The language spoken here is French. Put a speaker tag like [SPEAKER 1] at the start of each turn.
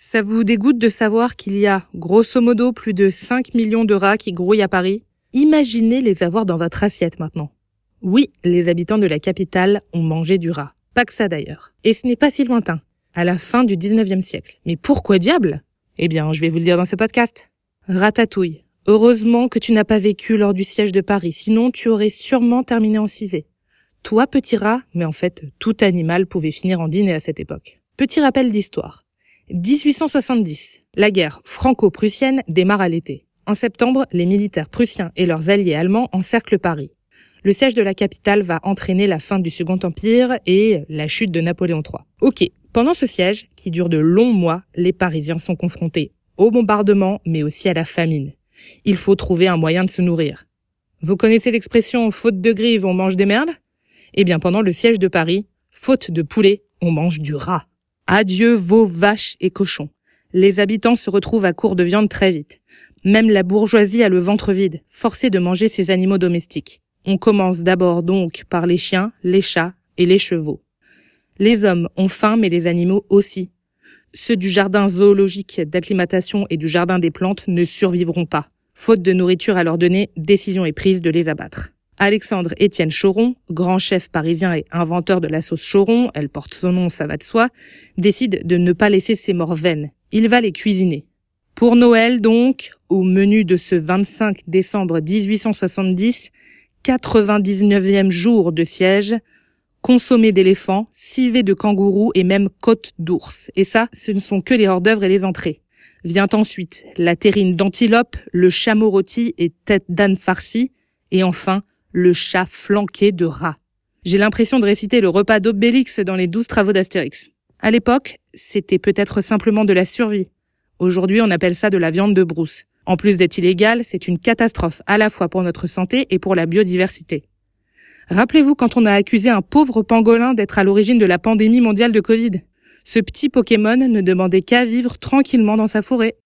[SPEAKER 1] Ça vous dégoûte de savoir qu'il y a, grosso modo, plus de 5 millions de rats qui grouillent à Paris? Imaginez les avoir dans votre assiette maintenant. Oui, les habitants de la capitale ont mangé du rat. Pas que ça d'ailleurs. Et ce n'est pas si lointain. À la fin du 19e siècle. Mais pourquoi diable? Eh bien, je vais vous le dire dans ce podcast. Ratatouille. Heureusement que tu n'as pas vécu lors du siège de Paris, sinon tu aurais sûrement terminé en civet. Toi, petit rat, mais en fait, tout animal pouvait finir en dîner à cette époque. Petit rappel d'histoire. 1870. La guerre franco-prussienne démarre à l'été. En septembre, les militaires prussiens et leurs alliés allemands encerclent Paris. Le siège de la capitale va entraîner la fin du Second Empire et la chute de Napoléon III. Ok, pendant ce siège, qui dure de longs mois, les Parisiens sont confrontés au bombardement, mais aussi à la famine. Il faut trouver un moyen de se nourrir. Vous connaissez l'expression « faute de grive, on mange des merles » ? Eh bien, pendant le siège de Paris, faute de poulet, on mange du rat. Adieu veaux, vaches et cochons. Les habitants se retrouvent à court de viande très vite. Même la bourgeoisie a le ventre vide, forcée de manger ses animaux domestiques. On commence d'abord donc par les chiens, les chats et les chevaux. Les hommes ont faim, mais les animaux aussi. Ceux du jardin zoologique d'acclimatation et du jardin des plantes ne survivront pas. Faute de nourriture à leur donner, décision est prise de les abattre. Alexandre-Étienne Choron, grand chef parisien et inventeur de la sauce Choron, elle porte son nom, ça va de soi, décide de ne pas laisser ses morts vaines. Il va les cuisiner. Pour Noël donc, au menu de ce 25 décembre 1870, 99e jour de siège, consommé d'éléphants, civet de kangourous et même côte d'ours. Et ça, ce ne sont que les hors-d'œuvre et les entrées. Vient ensuite la terrine d'antilope, le chameau rôti et tête d'âne farci, et enfin, le chat flanqué de rat. J'ai l'impression de réciter le repas d'Obélix dans les 12 travaux d'Astérix. À l'époque, c'était peut-être simplement de la survie. Aujourd'hui, on appelle ça de la viande de brousse. En plus d'être illégal, c'est une catastrophe à la fois pour notre santé et pour la biodiversité. Rappelez-vous quand on a accusé un pauvre pangolin d'être à l'origine de la pandémie mondiale de Covid. Ce petit Pokémon ne demandait qu'à vivre tranquillement dans sa forêt.